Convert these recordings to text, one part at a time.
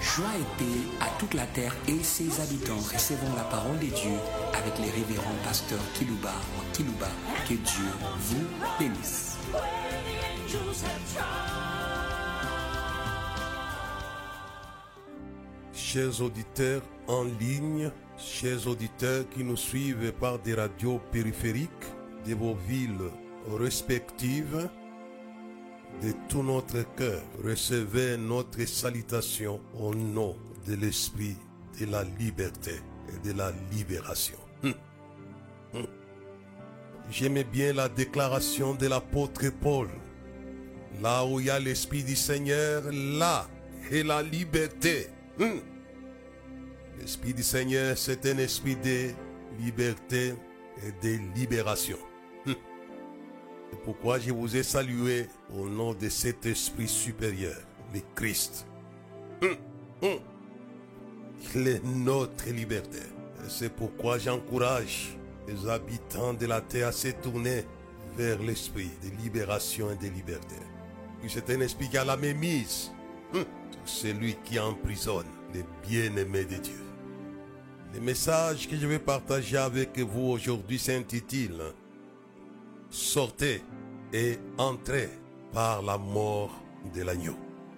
Joie et paix à toute la terre et ses habitants. Recevons la parole de Dieu avec les révérends pasteurs Kilouba. Que Dieu vous bénisse. Chers auditeurs en ligne, chers auditeurs qui nous suivent par des radios périphériques de vos villes respectives, de tout notre cœur, recevez notre salutation au nom de l'Esprit de la liberté et de la libération. J'aimais bien la déclaration de l'apôtre Paul. Là où il y a l'Esprit du Seigneur, là est la liberté. L'Esprit du Seigneur, c'est un esprit de liberté et de libération. C'est pourquoi je vous ai salué au nom de cet esprit supérieur, le Christ. Il est notre liberté. Et c'est pourquoi j'encourage les habitants de la terre à se tourner vers l'esprit de libération et de liberté. C'est un esprit qui a la mémise. C'est lui qui emprisonne les bien-aimés de Dieu. Le message que je vais partager avec vous aujourd'hui s'intitule « Sortez et entrez par la mort de l'agneau ».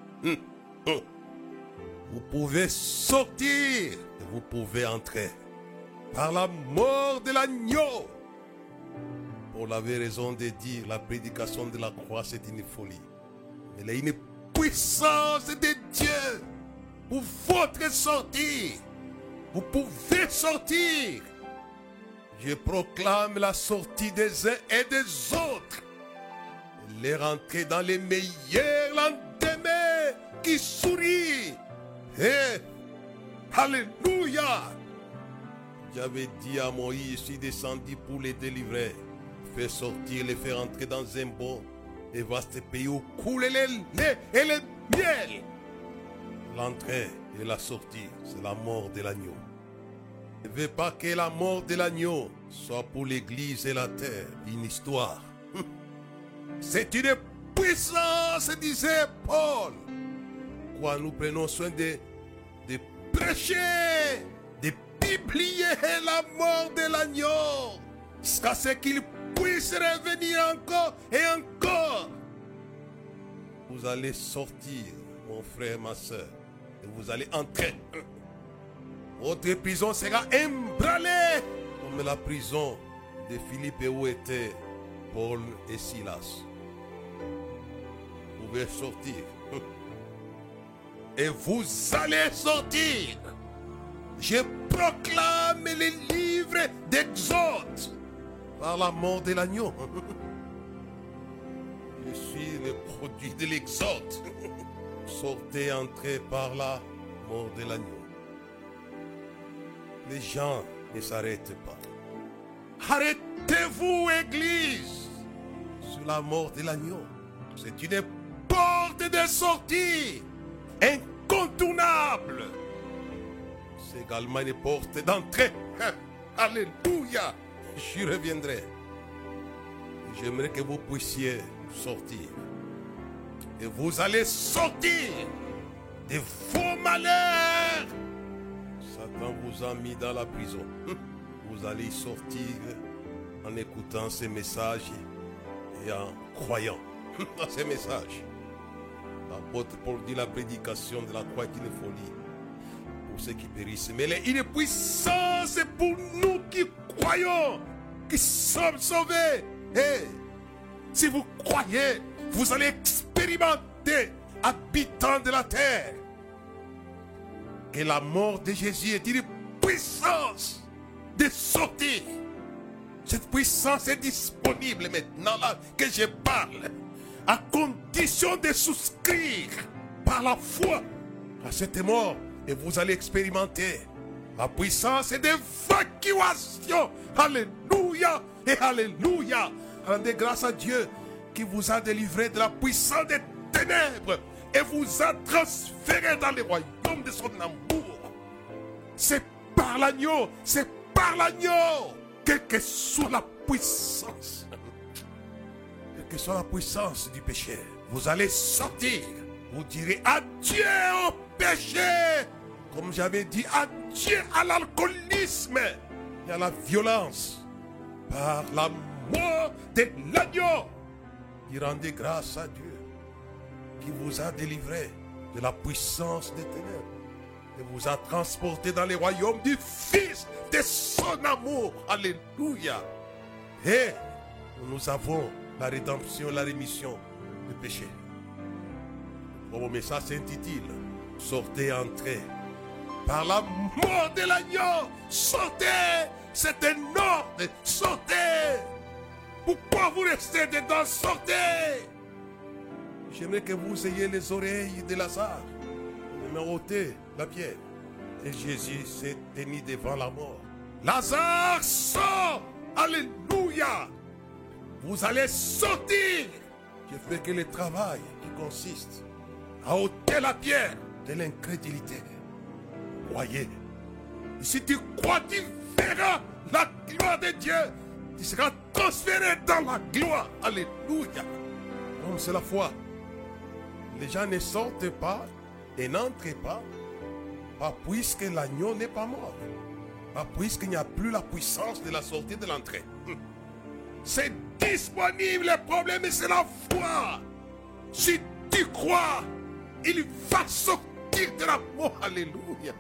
Vous pouvez sortir et vous pouvez entrer par la mort de l'agneau. Pour la raison de dire, la prédication de la croix, c'est une folie. Mais il y a une puissance de Dieu pour votre sortie. Vous pouvez sortir. Je proclame la sortie des uns et des autres. Les rentrer dans les meilleurs lendemains qui sourient. Et alléluia. J'avais dit à Moïse, je suis descendu pour les délivrer. Faire sortir, les faire entrer dans un bon et vaste pays où coulent les laits et le miel. L'entrée et la sortie, c'est la mort de l'agneau. Je ne veux pas que la mort de l'agneau soit pour l'église et la terre une histoire. C'est une puissance, disait Paul. Quoi, nous prenons soin de prêcher, de publier la mort de l'agneau, jusqu'à ce qu'il puisse revenir encore et encore. Vous allez sortir, mon frère, ma soeur, et vous allez entrer. Votre prison sera ébranlée comme la prison de Philippe où étaient Paul et Silas. Vous pouvez sortir. Et vous allez sortir. Je proclame les livres d'Exode par la mort de l'agneau. Je suis le produit de l'Exode. Sortez, entrez par la mort de l'agneau. Les gens ne s'arrêtent pas. Arrêtez-vous, Église, sur la mort de l'agneau. C'est une porte de sortie incontournable. C'est également une porte d'entrée. Alléluia. Je reviendrai. J'aimerais que vous puissiez sortir. Et vous allez sortir de vos malheurs. Satan vous a mis dans la prison. Vous allez sortir en écoutant ces messages et en croyant à ces messages. L'apôtre Paul dit la prédication de la croix est une folie pour ceux qui périssent. Mais elle est une puissance pour nous qui croyons, qui sommes sauvés. Et si vous croyez, vous allez expérimenter, habitants de la terre, que la mort de Jésus est une puissance de sortie. Cette puissance est disponible maintenant là que je parle, à condition de souscrire par la foi à cette mort. Et vous allez expérimenter la puissance d'évacuation. Alléluia et alléluia. Rendez grâce à Dieu qui vous a délivré de la puissance des ténèbres et vous a transféré dans le royaume de son amour. C'est par l'agneau, c'est par l'agneau. Quelle que soit la puissance, quelle que soit la puissance du péché, vous allez sortir Vous direz adieu au péché. Comme j'avais dit, adieu à l'alcoolisme et à la violence. Par la mort de l'agneau. Et rendez grâce à Dieu qui vous a délivré de la puissance des ténèbres et vous a transporté dans les royaumes du Fils de son amour. Alléluia. Et nous avons la rédemption, la rémission du péché. Mon message s'intitule Sortez, entrez. Par la mort de l'agneau, sortez. C'est un ordre. Sortez. Pourquoi vous restez dedans? Sortez. J'aimerais que vous ayez les oreilles de Lazare. Vous me ôtez la pierre. Et Jésus s'est tenu devant la mort. Lazare, sort. Alléluia. Vous allez sortir. Je fais que le travail qui consiste à ôter la pierre de l'incrédulité. Croyez. Et si tu crois, tu verras la gloire de Dieu. Tu seras transféré dans la gloire. Alléluia. Comme c'est la foi. Les gens ne sortent pas et n'entrent pas puisque l'agneau n'est pas mort. Pas puisqu'il n'y a plus la puissance de la sortie et de l'entrée. C'est disponible. Le problème, c'est la foi. Si tu crois, il va sortir de la mort. Alléluia.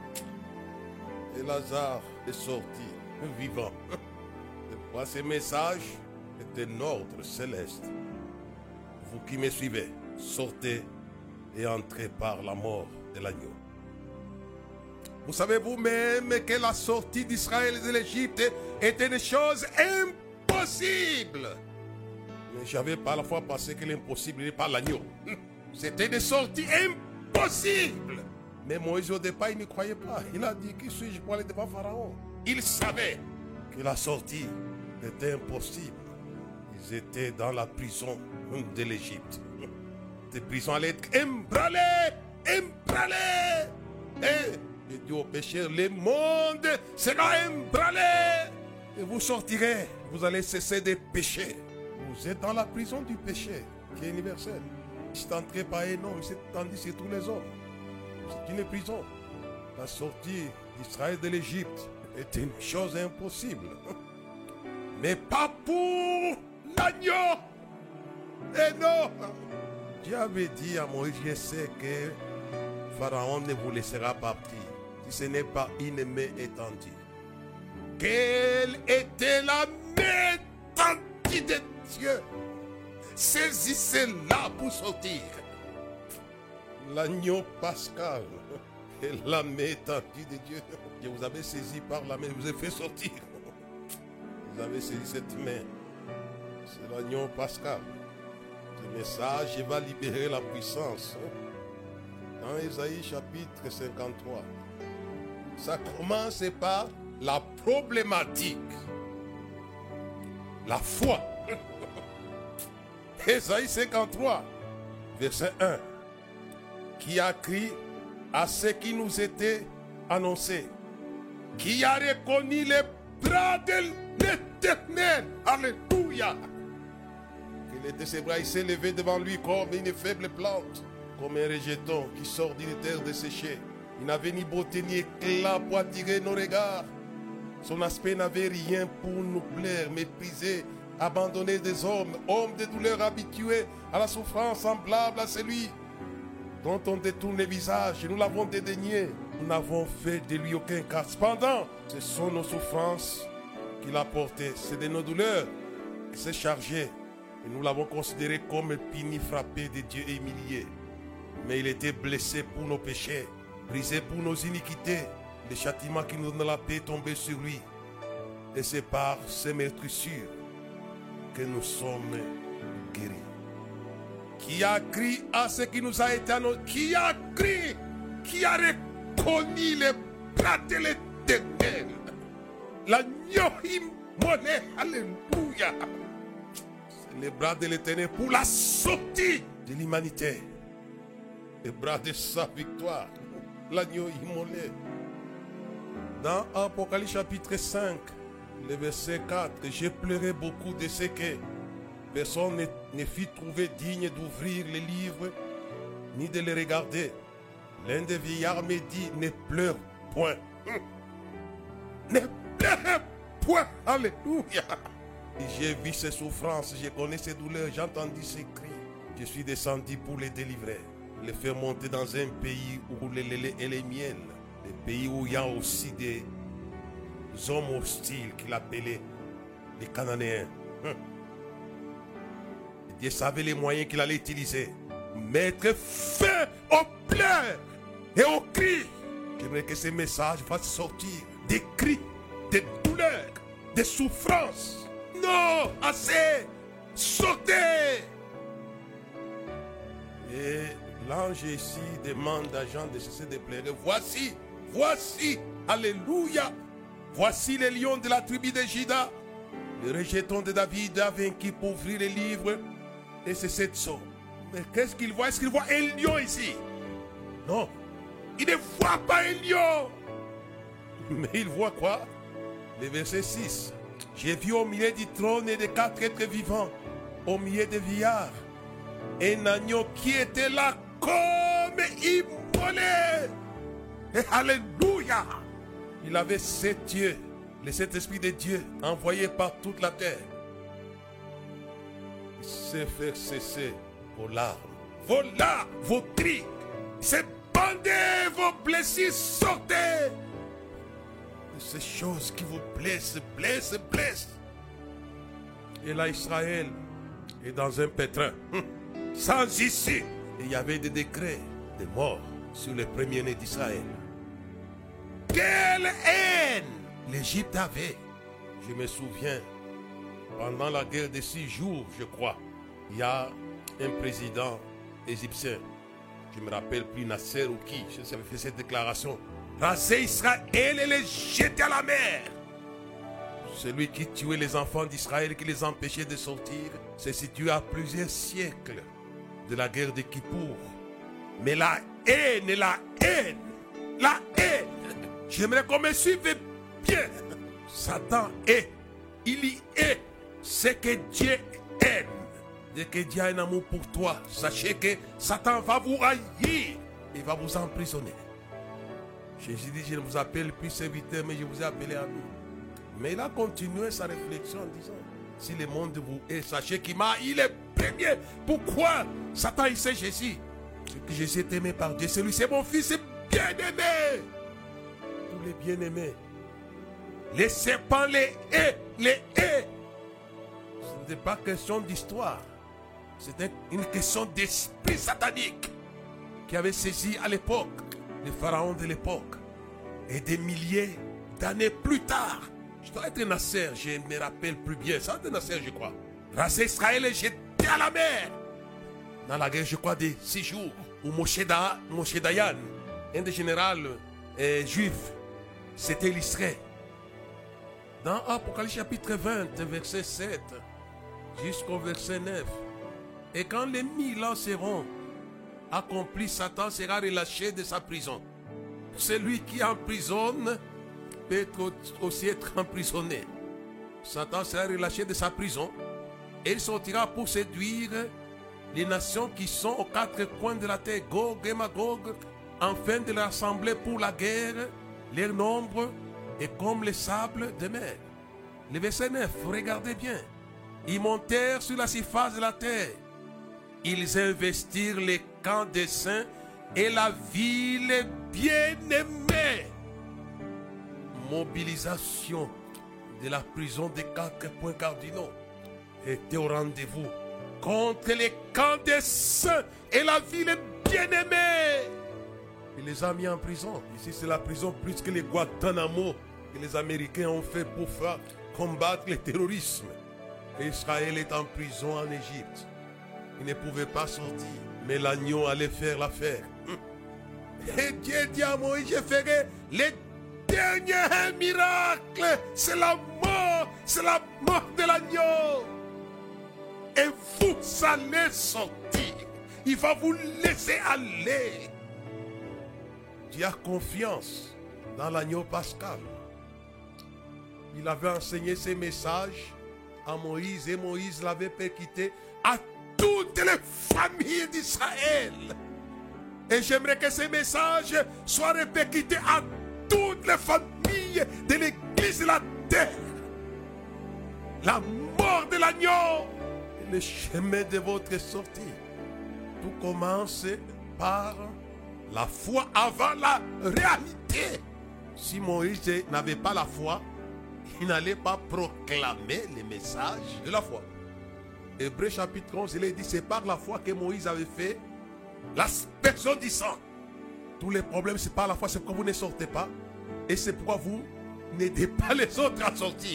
Et Lazare est sorti vivant. Et pour ce message est un ordre céleste. Vous qui me suivez, sortez et entrez par la mort de l'agneau. Vous savez vous-même que la sortie d'Israël de l'Égypte était une chose impossible. Mais j'avais parfois pensé que l'impossible n'est pas l'agneau. C'était une sortie impossible. Mais Moïse au départ, il ne croyait pas. Il a dit, qui suis-je pour aller devant Pharaon? Il savait que la sortie était impossible. Ils étaient dans la prison de l'Égypte. Cette prison allait être emballée. Et il dit au pécheur, le monde sera emballé. Et vous sortirez, vous allez cesser de pécher. Vous êtes dans la prison du péché, qui est universelle. C'est entré par un homme, c'est tandis sur tous les hommes. C'est une prison. La sortie d'Israël de l'Égypte est une chose impossible. Mais pas pour l'agneau. Et non. Dieu avait dit à Moïse, je sais que Pharaon ne vous laissera pas partir si ce n'est pas une main étendue. Quelle était la main étendue de Dieu? Saisissez-la pour sortir. L'agneau pascal et la main étendue de Dieu. Je vous avais saisi par la main, je vous ai fait sortir. Vous avez saisi cette main. C'est l'agneau pascal. Ce message va libérer la puissance. Dans Ésaïe chapitre 53. Ça commence par la problématique. La foi. Ésaïe 53, verset 1. Qui a crié à ce qui nous était annoncé? Qui a reconnu les bras de l'Éternel? Alléluia. Il était ses bras, il s'est levé devant lui comme une faible plante, comme un rejeton qui sort d'une terre desséchée. Il n'avait ni beauté ni éclat pour attirer nos regards. Son aspect n'avait rien pour nous plaire, méprisé, abandonné des hommes, homme de douleur habitué à la souffrance semblable à celui dont on détourne les visages. Nous l'avons dédaigné. Nous n'avons fait de lui aucun cas. Cependant, ce sont nos souffrances qu'il a portées. C'est de nos douleurs qu'il s'est chargé. Et nous l'avons considéré comme puni, frappé de Dieu et humilié. Mais il était blessé pour nos péchés, brisé pour nos iniquités. Le châtiment qui nous donne la paix est tombé sur lui. Et c'est par ses meurtrissures que nous sommes guéris. Qui a crié à ce qui nous a été annoncé? Qui a crié? Qui a reconnu les bras de l'Éternel? L'agneau immolé. Alléluia. C'est les bras de l'Éternel pour la sortie de l'humanité. Les bras de sa victoire. L'agneau immolé. Dans Apocalypse chapitre 5, le verset 4, j'ai pleuré beaucoup de ce que personne ne fut trouvé digne d'ouvrir les livres ni de les regarder. L'un des vieillards me dit, ne pleure point. Ne pleure point. Alléluia. J'ai vu ses souffrances, je connais ses douleurs, j'ai entendu ses cris. Je suis descendu pour les délivrer, les faire monter dans un pays où les lait et les miel, des pays où il y a aussi des hommes hostiles qu'il appelait les Cananéens. Dieu savait les moyens qu'il allait utiliser. Mettre fin aux pleurs et aux cris. J'aimerais que ces messages fassent sortir des cris, des douleurs, des souffrances. Non, assez, sortez. Et l'ange ici demande à Jean de cesser de pleurer. Voici, voici, alléluia. Voici les lions de la tribu de Juda. Le rejeton de David a vaincu pour ouvrir les livres. Et c'est cette somme. Mais qu'est-ce qu'il voit? Est-ce qu'il voit un lion ici? Non. Il ne voit pas un lion. Mais il voit quoi? Le verset 6. J'ai vu au milieu du trône et des 4 êtres vivants, au milieu des vieillards, un agneau qui était là comme immolé. Et alléluia. Il avait 7 yeux, les 7 esprits de Dieu envoyés par toute la terre. Il sait faire cesser vos larmes, vos larmes, vos cris. C'est bandez vos blessures, sortez. Ces choses qui vous blessent. Et là, Israël est dans un pétrin, sans issue. Et il y avait des décrets de mort sur les premiers-nés d'Israël. Quelle haine l'Égypte avait. Je me souviens, pendant la guerre de 6 jours, je crois, il y a un président égyptien, je ne me rappelle plus Nasser ou qui, je savais fait cette déclaration. Raser Israël et les jeter à la mer. Celui qui tuait les enfants d'Israël, qui les empêchait de sortir, s'est situé à plusieurs siècles de la guerre de Kippour. Mais la haine, j'aimerais qu'on me suive bien. Satan est, il y est ce que Dieu aime. Dès que Dieu a un amour pour toi, sachez que Satan va vous haïr et va vous emprisonner. Jésus dit, je ne vous appelle plus serviteur, mais je vous ai appelé ami. Mais il a continué sa réflexion en disant, si le monde vous hait, sachez qu'il m'a haï le premier. Pourquoi Satan haïssait Jésus? C'est que Jésus est aimé par Dieu. C'est lui, c'est mon fils, c'est bien-aimé. Tous les bien-aimés. Les serpents les hait. Ce n'est pas question d'histoire. C'est une question d'esprit satanique qui avait saisi à l'époque les pharaons de l'époque. Et des milliers d'années plus tard, je dois être Nasser, je ne me rappelle plus bien, ça de Nasser je crois. Raser Israël est jeté à la mer. Dans la guerre je crois de 6 jours, où Moshe Dayan, un des généraux juifs, s'était illustré. Dans Apocalypse chapitre 20, verset 7, jusqu'au verset 9. Et quand les 1000 ans seront accomplis, Satan sera relâché de sa prison. Celui qui emprisonne peut aussi être emprisonné. Satan sera relâché de sa prison et il sortira pour séduire les nations qui sont aux 4 coins de la terre, Gog et Magog, afin de les rassembler pour la guerre. Leur nombre est comme les sables de mer. Le verset 9, regardez bien. Ils montèrent sur la surface de la terre. Ils investirent les camps des saints et la ville bien-aimée. Mobilisation de la prison des 4 points cardinaux était au rendez-vous contre les camps des saints et la ville bien-aimée. Il les a mis en prison. Ici, c'est la prison plus que les Guantanamo que les Américains ont fait pour faire combattre le terrorisme. Et Israël est en prison en Égypte. Il ne pouvait pas sortir. Mais l'agneau allait faire l'affaire. Et Dieu dit à Moïse, je ferai les derniers miracles. C'est la mort de l'agneau. Et vous allez sortir. Il va vous laisser aller. Dieu a confiance dans l'agneau pascal. Il avait enseigné ses messages à Moïse et Moïse l'avait percuté à toutes les familles d'Israël. Et j'aimerais que ces messages soient répercutés à toutes les familles de l'église de la terre. La mort de l'agneau est le chemin de votre sortie. Tout commence par la foi avant la réalité. Si Moïse n'avait pas la foi, il n'allait pas proclamer les messages de la foi. Hébreux chapitre 11, il est dit, c'est par la foi que Moïse avait fait l'aspersion du sang. Tous les problèmes, c'est par la foi, c'est pourquoi vous ne sortez pas. Et c'est pourquoi vous n'aidez pas les autres à sortir.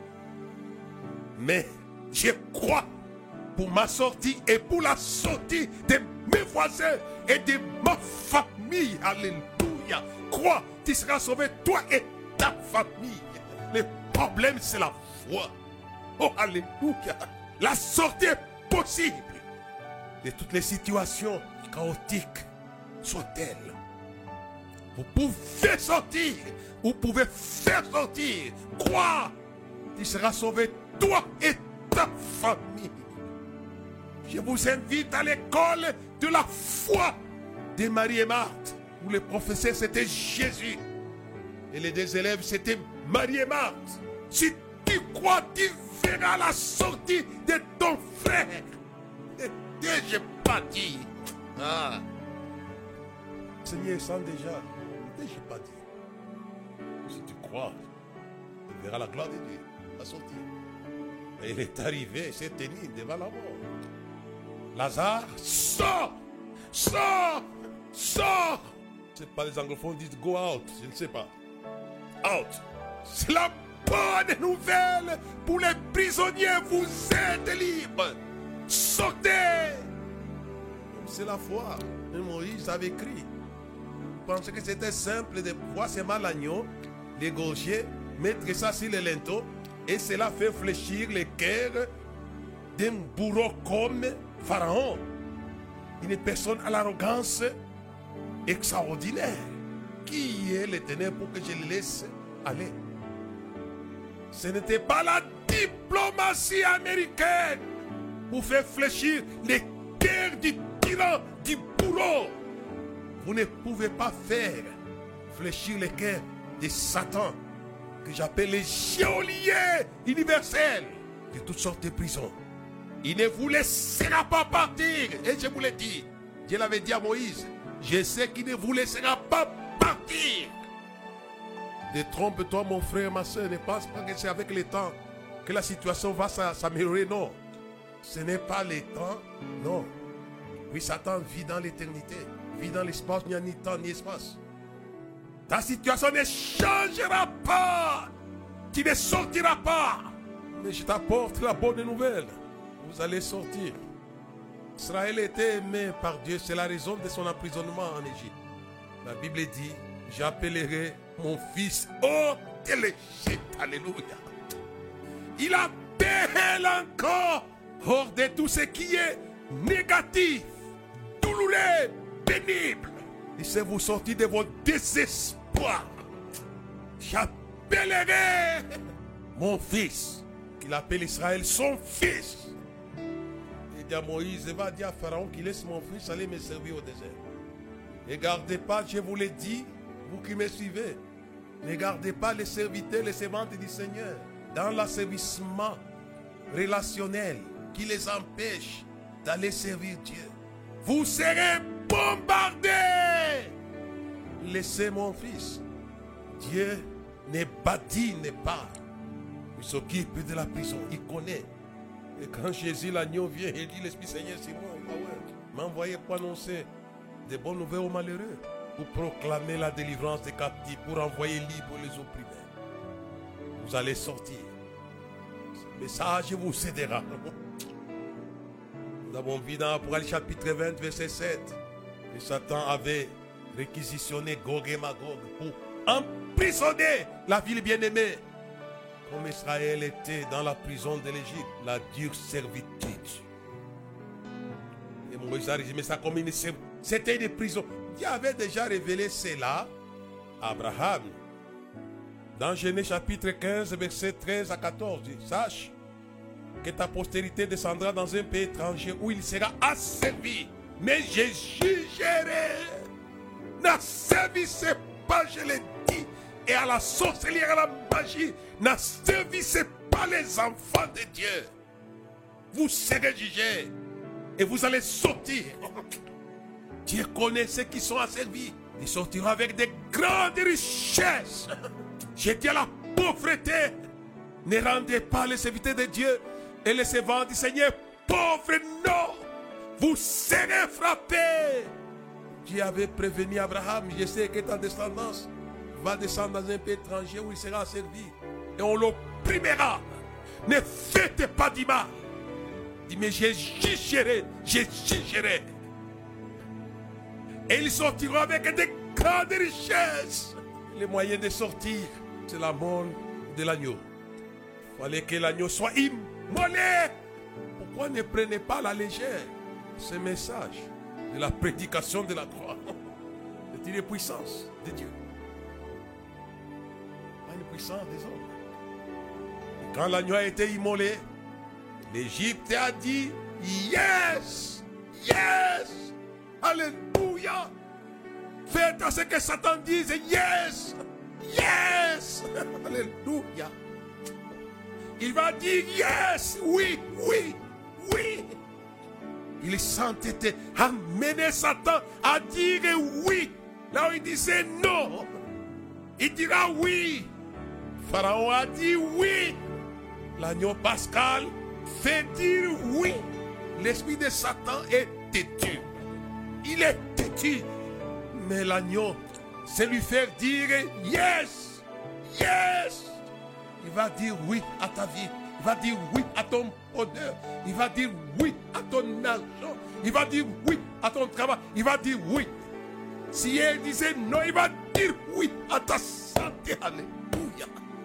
Mais je crois pour ma sortie et pour la sortie de mes voisins et de ma famille. Alléluia. Crois, tu seras sauvé, toi et ta famille. Le problème, c'est la foi. Oh, alléluia. La sortie est possible de toutes les situations chaotiques soient-elles. Vous pouvez sortir. Vous pouvez faire sortir. Crois, tu seras sauvé, toi et ta famille. Je vous invite à l'école de la foi de Marie et Marthe, où le professeur c'était Jésus et les deux élèves c'était Marie et Marthe. Si tu crois, tu verras la sortie de ton frère. Et j'ai pas dit. Seigneur sent déjà. J'ai pas dit. Si tu crois, tu verras la gloire de Dieu, la sortie. Et il est arrivé, il s'est tenu devant la mort. Lazare, sors! Sors! Sors! C'est pas les anglophones disent go out, je ne sais pas. Out. C'est la bonne nouvelle pour les prisonniers, vous êtes libres. Sortez! C'est la foi. Et Moïse avait écrit. Vous pensez que c'était simple de voir seulement l'agneau, l'égorger, mettre ça sur le linteau, et cela fait fléchir le cœur d'un bourreau comme Pharaon. Une personne à l'arrogance extraordinaire. Qui est l'Éternel pour que je le laisse aller? Ce n'était pas la diplomatie américaine pour faire fléchir les cœurs du tyran, du bourreau. Vous ne pouvez pas faire fléchir les cœurs de Satan, que j'appelle les geôliers universels de toutes sortes de prisons. Il ne vous laissera pas partir. Et je vous l'ai dit. Dieu l'avait dit à Moïse. Je sais qu'il ne vous laissera pas partir. Détrompe-toi, mon frère, ma soeur. Ne pense pas que c'est avec le temps que la situation va s'améliorer. Non. Ce n'est pas le temps. Non. Oui, Satan vit dans l'éternité. Vit dans l'espace. Il n'y a ni temps ni espace. Ta situation ne changera pas. Tu ne sortiras pas. Mais je t'apporte la bonne nouvelle. Vous allez sortir. Israël était aimé par Dieu. C'est la raison de son emprisonnement en Égypte. La Bible dit, j'appellerai mon fils hors de l'Égypte. Alléluia. Il appelle encore hors de tout ce qui est négatif, douloureux, pénible. Il sait vous sortir de votre désespoir. J'appellerai mon fils. Il appelle Israël son fils. Il dit à Moïse, va dire à Pharaon qu'il laisse mon fils aller me servir au désert. Ne gardez pas, je vous l'ai dit, vous qui me suivez, ne gardez pas les serviteurs, les servantes du Seigneur dans l'asservissement relationnel qui les empêche d'aller servir Dieu. Vous serez bombardés. Laissez mon fils. Dieu ne badine pas. Il s'occupe de la prison, il connaît. Et quand Jésus l'agneau vient, il dit, l'Esprit Seigneur, c'est moi, m'a envoyé pour annoncer des bonnes nouvelles aux malheureux, pour proclamer la délivrance des captifs, pour envoyer libre les opprimés. Vous allez sortir. Ce message vous aidera. Nous avons vu dans Apocalypse chapitre 20, verset 7, que Satan avait réquisitionné Gog et Magog pour emprisonner la ville bien-aimée. Comme Israël était dans la prison de l'Égypte, la dure servitude. Et Moïse a résumé ça comme une servitude. C'était une prison. Dieu avait déjà révélé cela à Abraham. Dans Genèse chapitre 15, verset 13 à 14, dit, sache que ta postérité descendra dans un pays étranger où il sera asservi mais je jugerai. Ne servissez pas, je l'ai dit, et à la sorcellerie, à la magie, ne servissez pas les enfants de Dieu. Vous serez jugés et vous allez sortir. Dieu connaît ceux qui sont asservis. Ils sortiront avec de grandes richesses. J'ai dit à la pauvreté, ne rendez pas les serviteurs de Dieu et les servants du Seigneur pauvres, non. Vous serez frappés. Dieu avait prévenu Abraham, je sais que ta descendance va descendre dans un pays étranger où il sera servi. Et on l'opprimera. Ne faites pas du mal. Il dit, mais je jugerai. Et ils sortiront avec de grandes richesses. Les moyens de sortir, c'est la mort de l'agneau. Il fallait que l'agneau soit immolé. Pourquoi ne prenez pas à la légère ce message de la prédication de la croix? C'est une puissance de Dieu, pas une puissance des hommes. Et quand l'agneau a été immolé, l'Égypte a dit yes, yes, alléluia. Faites à ce que Satan dise yes, yes, alléluia. Il va dire yes, oui, oui, oui. Il s'entêtait à mener Satan à dire oui. Là où il disait non, il dira oui. Pharaon a dit oui. L'agneau pascal fait dire oui. L'esprit de Satan est têtu. Il est têtu. Mais l'agneau, c'est lui faire dire yes, yes. Il va dire oui à ta vie. Il va dire oui à ton bonheur. Il va dire oui à ton argent. Il va dire oui à ton travail. Il va dire oui. Si elle disait non, il va dire oui à ta santé. Alléluia.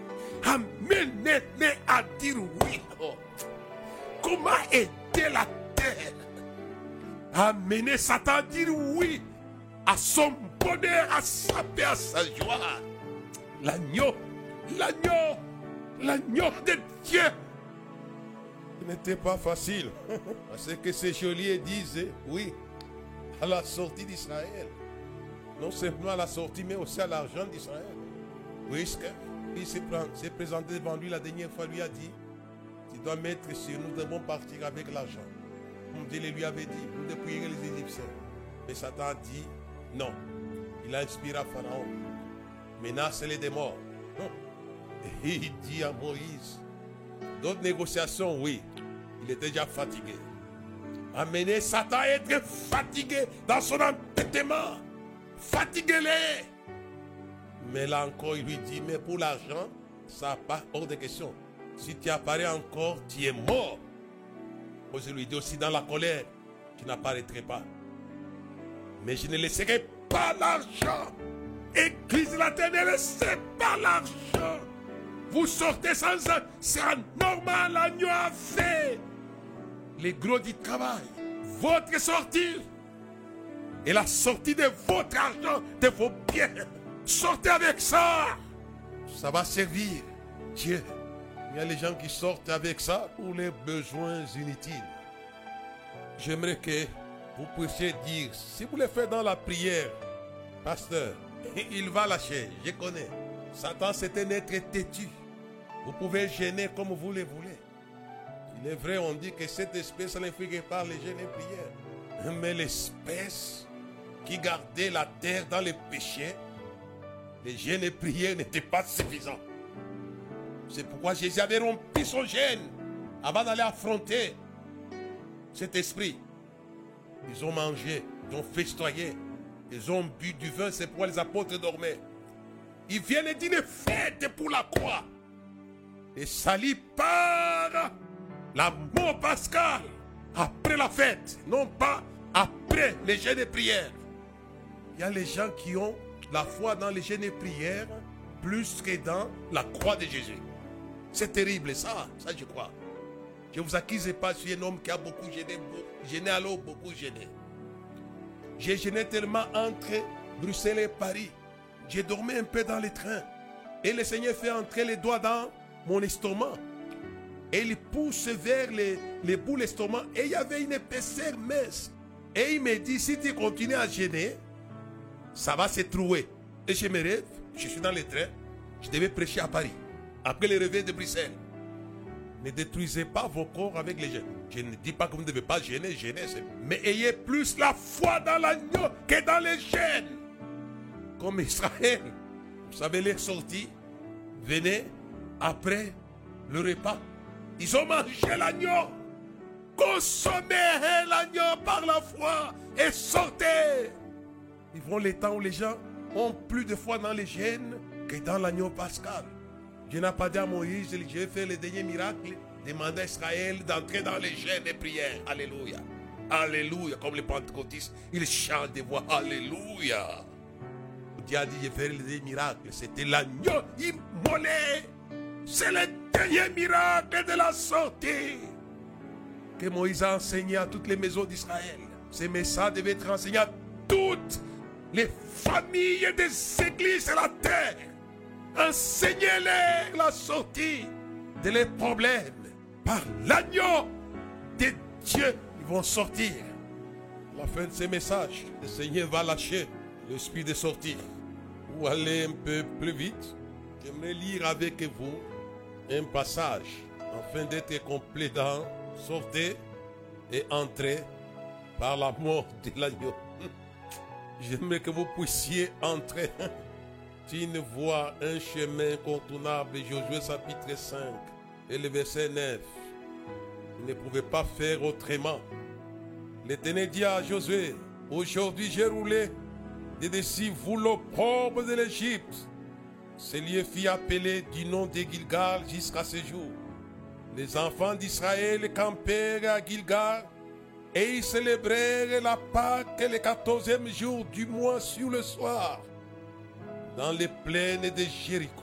Amenez-les à dire oui. Oh. Comment aider la terre? Amener Satan à dire oui à son bonheur, à sa paix, à sa joie. L'agneau, l'agneau, l'agneau de Dieu. Ce n'était pas facile. Parce que ces geôliers disaient oui à la sortie d'Israël. Non seulement à la sortie, mais aussi à l'argent d'Israël. Puisqu'il s'est présenté devant lui la dernière fois, lui a dit, tu dois mettre sur nous, devons partir avec l'argent. Comme Dieu lui avait dit, nous dépouillerons les Égyptiens. Mais Satan a dit, non. Il a inspiré à Pharaon. Menace-les des morts. Et il dit à Moïse, d'autres négociations, oui. Il était déjà fatigué. Amenez Satan à être fatigué dans son entêtement. Fatiguez-les. Mais là encore, il lui dit, mais pour l'argent, ça n'a pas hors de question. Si tu apparais encore, tu es mort. Moïse lui dit aussi, dans la colère, tu n'apparaîtrais pas. Mais je ne laisserai pas l'argent. Église de la terre, ne laissez pas l'argent. Vous sortez sans ça. C'est normal, l'agneau a fait les gros du travail. Votre sortie et la sortie de votre argent, de vos biens. Sortez avec ça. Ça va servir Dieu. Il y a les gens qui sortent avec ça pour les besoins inutiles. J'aimerais que vous puissiez dire, si vous le faites dans la prière, pasteur, il va lâcher, je connais. Satan, c'est un être têtu. Vous pouvez gêner comme vous le voulez. Il est vrai, on dit que cette espèce n'inflige pas les jeûnes et prières. Mais l'espèce qui gardait la terre dans les péchés, les jeûnes et prières n'étaient pas suffisants. C'est pourquoi Jésus avait rompu son jeûne avant d'aller affronter cet esprit. Ils ont mangé, ils ont festoyé, ils ont bu du vin, c'est pourquoi les apôtres dormaient. Ils viennent dire une fête pour la croix. Et salit par la mort pascale après la fête, non pas après les jeûnes et prières. Il y a les gens qui ont la foi dans les jeûnes et prières plus que dans la croix de Jésus. C'est terrible ça je crois. Je ne vous accuse pas, je suis un homme qui a beaucoup gêné alors beaucoup gêné. J'ai gêné tellement entre Bruxelles et Paris. J'ai dormi un peu dans les trains. Et le Seigneur fait entrer les doigts dans mon estomac. Et il pousse vers les bouts de l'estomac. Et il y avait une épaisseur mince. Et il me dit, si tu continues à gêner, ça va se trouver. Et je me rêve, je suis dans le train, je devais prêcher à Paris. Après le réveil de Bruxelles. Ne détruisez pas vos corps avec les gènes. Je ne dis pas que vous ne devez pas gêner, mais ayez plus la foi dans l'agneau que dans les gènes. Comme Israël, vous savez, les sorties venaient après le repas. Ils ont mangé l'agneau. Consommez l'agneau par la foi et sortez. Ils vont les temps où les gens ont plus de foi dans les gènes que dans l'agneau pascal. Dieu n'a pas dit à Moïse, je vais faire le dernier miracle, demander à Israël d'entrer dans les gènes et prières. Alléluia. Alléluia. Comme les pentecôtistes, ils chantent des voix. Alléluia. Dieu a dit, je vais faire le dernier miracle. C'était l'agneau immolé. C'est le dernier miracle de la sortie que Moïse a enseigné à toutes les maisons d'Israël. Ces messages devaient être enseignés à toutes les familles des églises de la terre. Enseignez-les la sortie de leurs problèmes. Par l'agneau de Dieu, ils vont sortir. À la fin de ces messages, le Seigneur va lâcher l'esprit de sortie. Pour aller un peu plus vite, j'aimerais lire avec vous un passage afin d'être complet dans sortez et entrez par la mort de l'agneau. J'aimerais que vous puissiez entrer. Tu ne vois un chemin contournable, Josué chapitre 5 et le verset 9. Vous ne pouvez pas faire autrement. L'Éternel dit à Josué, aujourd'hui j'ai roulé de dessus vous l'opprobre de l'Égypte. Ce lieu fut appelé du nom de Gilgal jusqu'à ce jour. Les enfants d'Israël campèrent à Gilgal et ils célébrèrent la Pâque le 14e jour du mois sur le soir dans les plaines de Jéricho.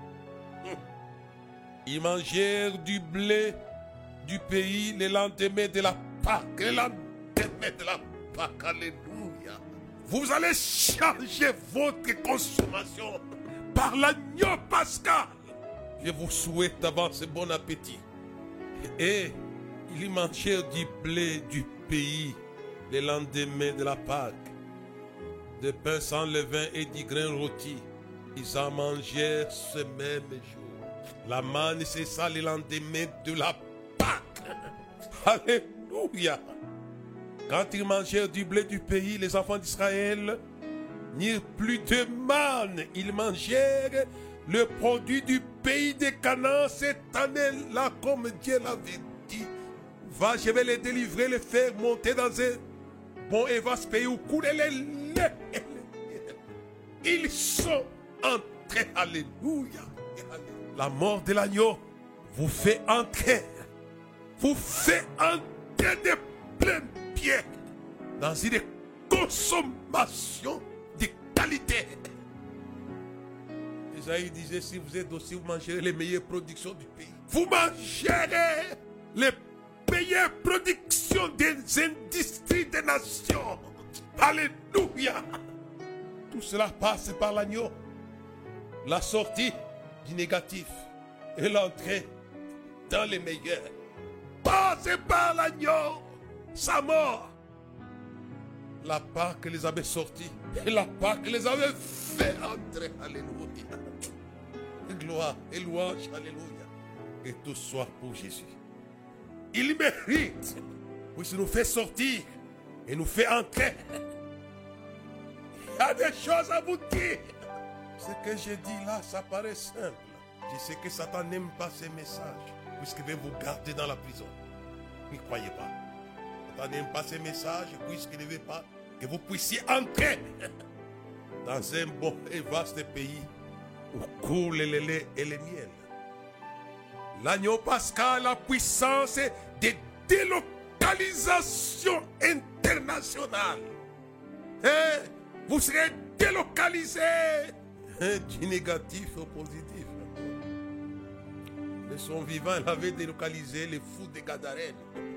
Ils mangèrent du blé du pays le lendemain de la Pâque. Le lendemain de la Pâque, alléluia. Vous allez changer votre consommation par l'agneau pascal. Je vous souhaite d'avance bon appétit. Et ils mangèrent du blé du pays le lendemain de la Pâque, de pain sans levain et du grain rôti. Ils en mangèrent ce même jour. La manne cessa le lendemain de la Pâque. Alléluia. Quand ils mangèrent du blé du pays, les enfants d'Israël n'eurent plus de manne. Ils mangèrent le produit du pays de Canaan cette année-là, comme Dieu l'avait dit. Va, je vais les délivrer, les faire monter dans un bon et vaste pays où coule les laits. Ils sont entrés, alléluia. La mort de l'agneau vous fait entrer. Vous fait entrer de plein pied dans une consommation de qualité. Isaïe disait, si vous êtes aussi, vous mangerez les meilleures productions du pays. Vous mangerez les meilleures productions des industries des nations. Alléluia. Tout cela passe par l'agneau. La sortie du négatif et l'entrée dans les meilleurs. Passe par l'agneau. Sa mort. La Pâque les avait sortis. Et la Pâque les avait fait entrer. Alléluia. Gloire et louange. Alléluia. Que tout soit pour Jésus. Il mérite. Puisqu'il nous fait sortir et nous fait entrer. Il y a des choses à vous dire. Ce que je dis là, ça paraît simple. Je sais que Satan n'aime pas ces messages. Puisqu'il veut vous garder dans la prison. N'y croyez pas. Satan n'aime pas ces messages. Puisqu'il ne veut pas que vous puissiez entrer dans un bon et vaste pays où coulent les laits et les miels. L'agneau pascal, la puissance de délocalisation internationale. Et vous serez délocalisé du négatif au positif. Le son vivant, il avait délocalisé les fous de Gadarène.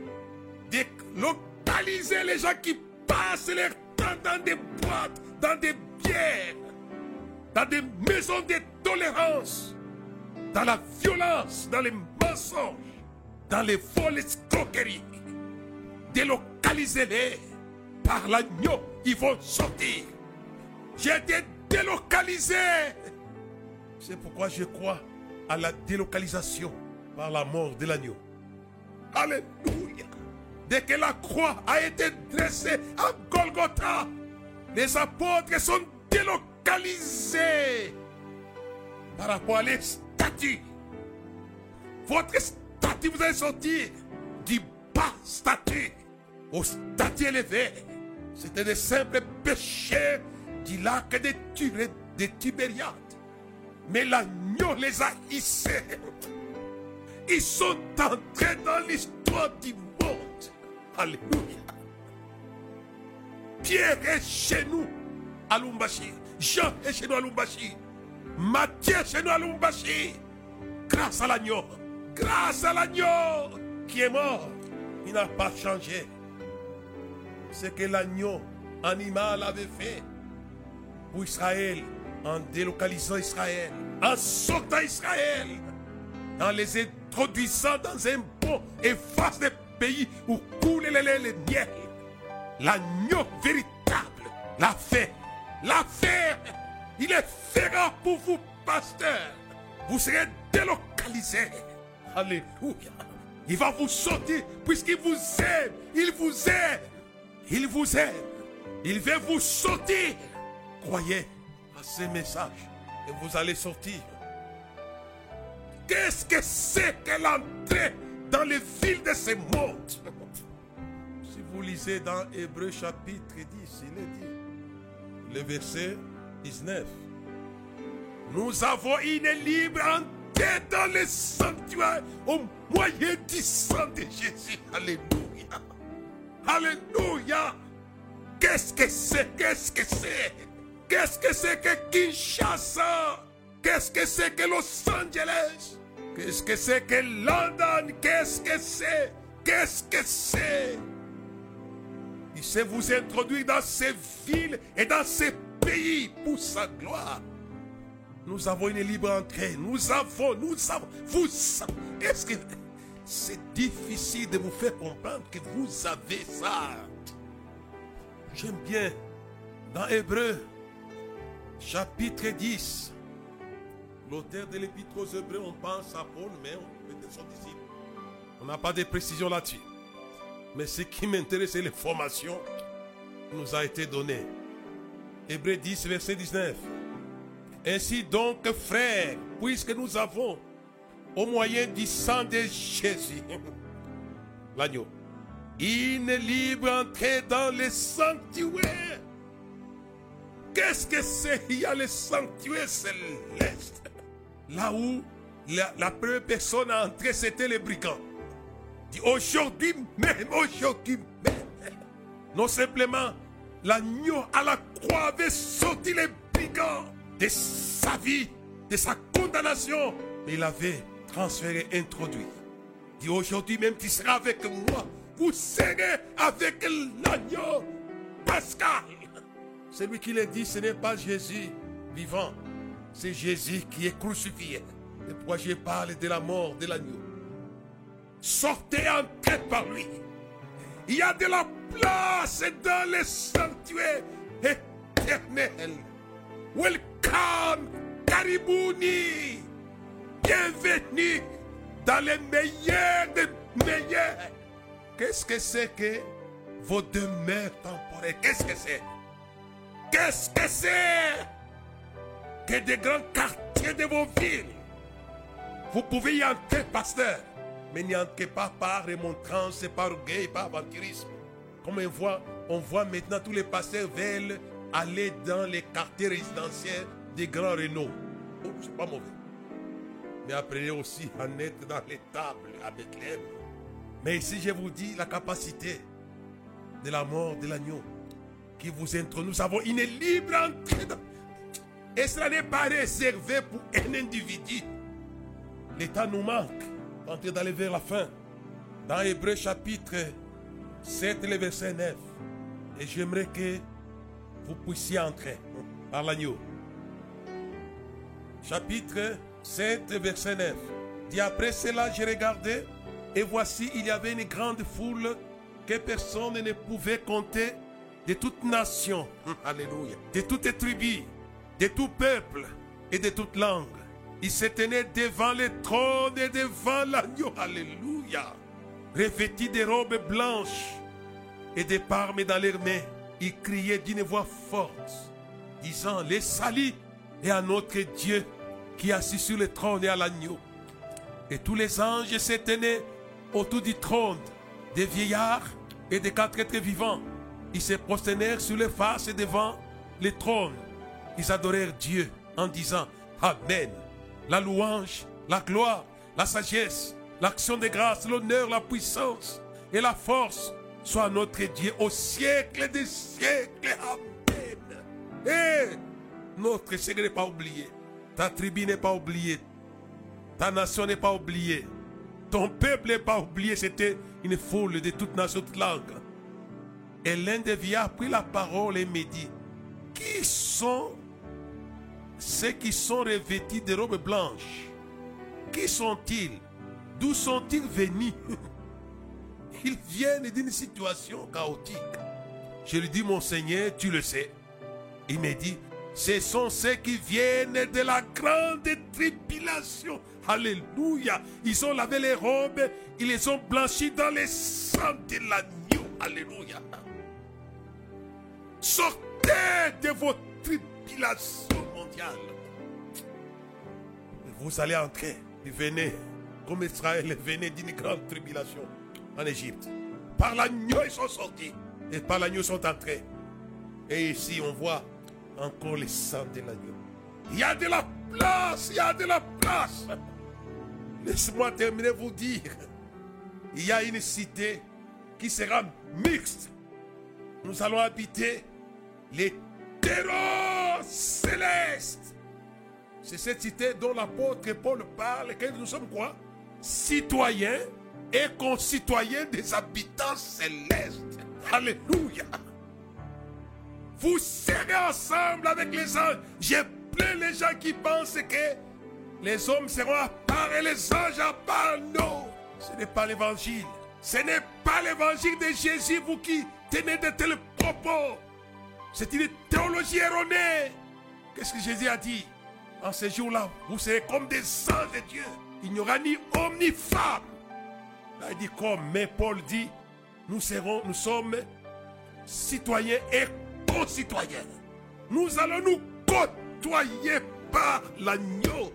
Délocaliser les gens qui passent leur temps dans des boîtes, dans des bières, dans des maisons de tolérance, dans la violence, dans les mensonges, dans les vols, escroqueries. Délocalisez-les par l'agneau, ils vont sortir. J'ai été délocalisé. C'est pourquoi je crois à la délocalisation par la mort de l'agneau. Alléluia. Dès que la croix a été dressée à Golgotha, les apôtres sont délocalisés par rapport à les statues. Votre statut, vous allez sortir du bas statut au statut élevé. C'était des simples péchés du lac de Tibériade. Mais l'agneau les a hissés. Ils sont entrés dans l'histoire du monde. Alléluia. Pierre est chez nous à Lumbashi. Jean est chez nous à Lumbashi. Matthieu est chez nous à Lumbashi. Grâce à l'agneau. Grâce à l'agneau qui est mort. Il n'a pas changé. Ce que l'agneau animal avait fait pour Israël, en délocalisant Israël, en sortant Israël, en les introduisant dans un bon et vaste pays où coule le miel. L'agneau véritable l'a fait. L'a fait. Il est fera pour vous, pasteur. Vous serez délocalisés. Alléluia. Il va vous sortir puisqu'il vous aime. Il vous aime. Il vous aime. Il veut vous sortir. Croyez à ce message et vous allez sortir. Qu'est-ce que c'est que l'entrée dans les villes de ce monde? Si vous lisez dans Hébreux chapitre 10, il est dit, le verset 19. Nous avons une libre entrée dans le sanctuaire au moyen du sang de Jésus. Alléluia. Alléluia. Qu'est-ce que c'est? Qu'est-ce que c'est? Qu'est-ce que c'est que Kinshasa? Qu'est-ce que c'est que Los Angeles? Qu'est-ce que c'est que London? Qu'est-ce que c'est? Qu'est-ce que c'est? Il sait vous introduire dans ces villes et dans ces pays pour sa gloire. Nous avons une libre entrée. Nous avons. Vous savez. Est-ce que c'est difficile de vous faire comprendre que vous avez ça? J'aime bien dans Hébreux chapitre 10. L'auteur de l'épître aux Hébreux, on pense à Paul, mais on peut être son disciple. On n'a pas de précision là-dessus. Mais ce qui m'intéresse, c'est l'information qui nous a été donnée. Hébreux 10, verset 19. Ainsi donc, frères, puisque nous avons, au moyen du sang de Jésus, l'agneau, une libre entrée dans les sanctuaires. Qu'est-ce que c'est? Il y a les sanctuaires célestes. Là où la première personne à entrer, c'était les brigands. Aujourd'hui même, non simplement, l'agneau à la croix avait sorti les brigands de sa vie, de sa condamnation. Mais il avait transféré, introduit. Dit aujourd'hui même, tu seras avec moi. Vous serez avec l'agneau pascal. Celui qui l'a dit, ce n'est pas Jésus vivant. C'est Jésus qui est crucifié. Et pourquoi je parle de la mort de l'agneau? Sortez, entrez par lui. Il y a de la place dans les sanctuaires éternels. Welcome, Karibouni. Bienvenue dans les meilleurs des meilleurs. Qu'est-ce que c'est que vos demeures temporaires? Qu'est-ce que c'est? Qu'est-ce que c'est que des grands quartiers de vos villes? Vous pouvez y entrer, pasteur, mais n'y entrez pas par remontrance, par orgueil, par aventurisme. Comme on voit maintenant tous les pasteurs veulent aller dans les quartiers résidentiels des grands Renault. Oh, c'est pas mauvais. Mais apprenez aussi à être dans les tables à Bethléem. Mais ici, je vous dis la capacité de la mort de l'agneau qui vous introduit. Nous avons une libre entrée. Et cela n'est pas réservé pour un individu. L'état nous manque. On est d'aller vers la fin. Dans Hébreux chapitre 7, le verset 9. Et j'aimerais que vous puissiez entrer par l'agneau. Chapitre 7, verset 9. Dit après cela, j'ai regardé. Et voici, il y avait une grande foule que personne ne pouvait compter, de toute nation, alléluia, de toutes tribus, de tout peuple et de toute langue. Ils se tenaient devant le trône et devant l'agneau, alléluia, revêtis de robes blanches et des palmes dans leurs mains. Ils criaient d'une voix forte, disant: les salut et à notre Dieu qui est assis sur le trône et à l'agneau. Et tous les anges se tenaient autour du trône, des vieillards et des 4 êtres vivants. Ils se prosternèrent sur les faces devant le trône. Ils adorèrent Dieu en disant: Amen. La louange, la gloire, la sagesse, l'action de grâce, l'honneur, la puissance et la force soient à notre Dieu au siècle des siècles. Amen. Et notre Seigneur n'est pas oublié. Ta tribu n'est pas oubliée. Ta nation n'est pas oubliée. Ton peuple n'est pas oublié. C'était une foule de toutes nations, toutes langues. Et l'un des vieillards prit la parole et me dit: qui sont ceux qui sont revêtis de robes blanches? Qui sont-ils? D'où sont-ils venus? Ils viennent d'une situation chaotique. Je lui dis: mon Seigneur, tu le sais. Il me dit: ce sont ceux qui viennent de la grande tribulation. Alléluia. Ils ont lavé les robes, ils les ont blanchis dans le sang de l'agneau. Alléluia. Sortez de vos tribulations mondiales. Vous allez entrer. Venez, comme Israël venait d'une grande tribulation en Égypte. Par l'agneau, ils sont sortis. Et par l'agneau, ils sont entrés. Et ici, on voit encore le sang de l'agneau. Il y a de la place, il y a de la place. Laissez-moi terminer vous dire. Il y a une cité qui sera mixte. Nous allons habiter les terreaux célestes. C'est cette cité dont l'apôtre Paul parle, que nous sommes quoi? Citoyens et concitoyens des habitants célestes. Alléluia. Vous serez ensemble avec les anges. J'ai plein les gens qui pensent que les hommes seront à part et les anges à part. Non, ce n'est pas l'évangile. Ce n'est pas l'évangile de Jésus, vous qui tenez de tels propos. C'est une théologie erronée. Qu'est-ce que Jésus a dit? En ce jour-là, vous serez comme des anges de Dieu. Il n'y aura ni homme ni femme. Là, il dit comme, mais Paul dit, nous sommes citoyens et concitoyens. Nous allons nous côtoyer par l'agneau.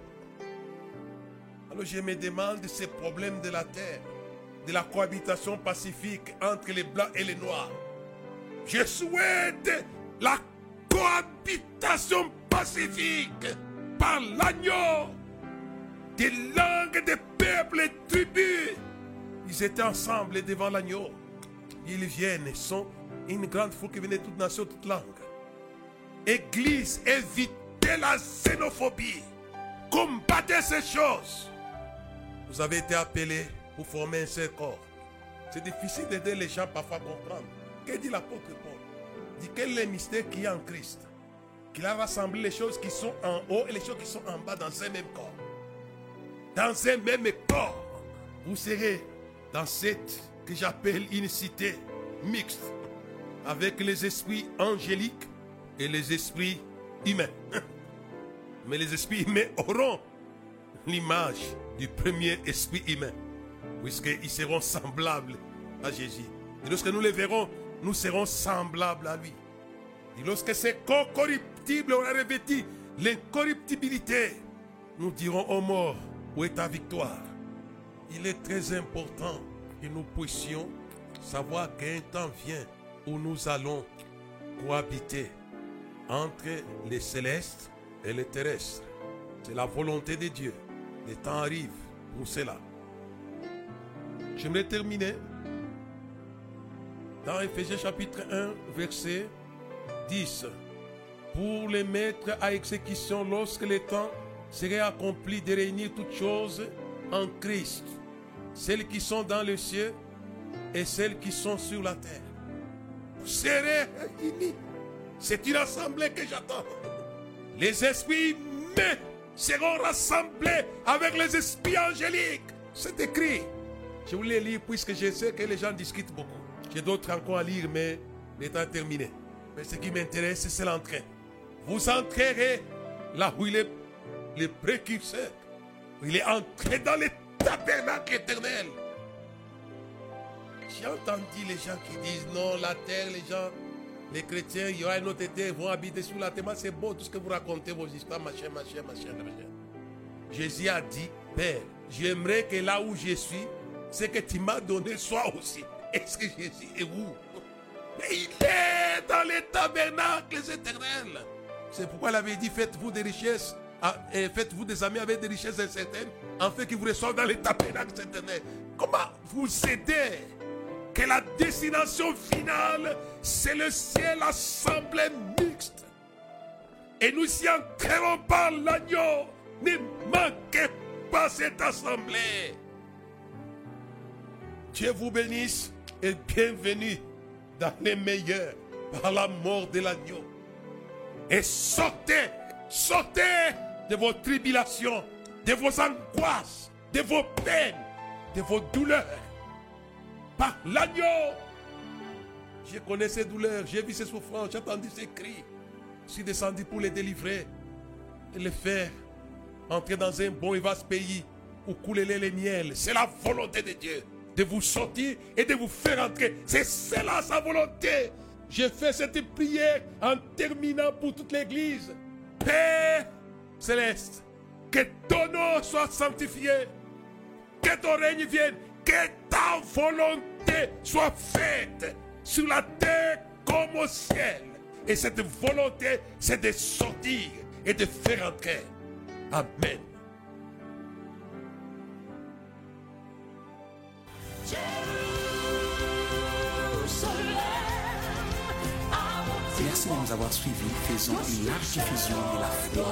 Alors je me demande ces problèmes de la terre, de la cohabitation pacifique entre les blancs et les noirs. Je souhaite la cohabitation pacifique par l'agneau, des langues, des peuples et tribus. Ils étaient ensemble devant l'agneau. Ils viennent, ils sont une grande foule qui venait de toutes nations, toutes langues. Église, évitez la xénophobie. Combattez ces choses. Vous avez été appelés pour former un seul corps. C'est difficile d'aider les gens parfois à comprendre. Que dit l'apôtre Paul? Il dit quel est le mystère qu'il y a en Christ? Qu'il a rassemblé les choses qui sont en haut et les choses qui sont en bas dans un même corps. Dans un même corps. Vous serez dans cette que j'appelle une cité mixte avec les esprits angéliques et les esprits humains. Mais les esprits humains auront l'image du premier esprit humain, puisqu'ils seront semblables à Jésus. Et lorsque nous les verrons, nous serons semblables à lui. Et lorsque ces corps corruptibles auront revêtu l'incorruptibilité, nous dirons aux morts, où est ta victoire? Il est très important que nous puissions savoir qu'un temps vient où nous allons cohabiter entre les célestes et les terrestres. C'est la volonté de Dieu. Le temps arrive pour cela. J'aimerais terminer dans Éphésiens chapitre 1, verset 10. Pour les mettre à exécution lorsque le temps serait accompli de réunir toutes choses en Christ, celles qui sont dans le ciel et celles qui sont sur la terre. Vous serez unis. C'est une assemblée que j'attends. Les esprits humains seront rassemblés avec les esprits angéliques. C'est écrit. Je voulais lire puisque je sais que les gens discutent beaucoup. J'ai d'autres encore à lire, mais Le temps est terminé. Mais ce qui m'intéresse, c'est l'entrée. Vous entrerez là où il est le précurseur. Il est entré dans le tabernacle éternel. J'ai entendu les gens qui disent non, la terre, les chrétiens, il y aura une autre terre, ils vont habiter sur la terre. C'est beau tout ce que vous racontez, vos histoires, machin. Jésus a dit, Père, j'aimerais que là où je suis, ce que tu m'as donné soit aussi. Est-ce que Jésus est où? Mais il est dans les tabernacles éternels. C'est pourquoi il avait dit, faites-vous des richesses, et faites-vous des amis avec des richesses incertaines, afin qu'ils vous reçoivent dans les tabernacles éternels. Comment vous aidez que la destination finale, c'est le ciel assemblée mixte. Et nous y entrerons par l'agneau. Ne manquez pas cette assemblée. Dieu vous bénisse et bienvenue dans les meilleurs par la mort de l'agneau. Et sortez de vos tribulations, de vos angoisses, de vos peines, de vos douleurs. Par l'agneau. Je connais ces douleurs, j'ai vu ces souffrances, j'ai entendu ces cris. Je suis descendu pour les délivrer et les faire entrer dans un bon et vaste pays où coulent les miels. C'est la volonté de Dieu de vous sortir et de vous faire entrer. C'est cela sa volonté. J'ai fait cette prière en terminant pour toute l'église. Père céleste, que ton nom soit sanctifié, que ton règne vienne, que ta volonté soit faite sur la terre comme au ciel. Et cette volonté, c'est de sortir et de faire entrer. Amen. Merci de nous avoir suivis. Faisons une large diffusion de la foi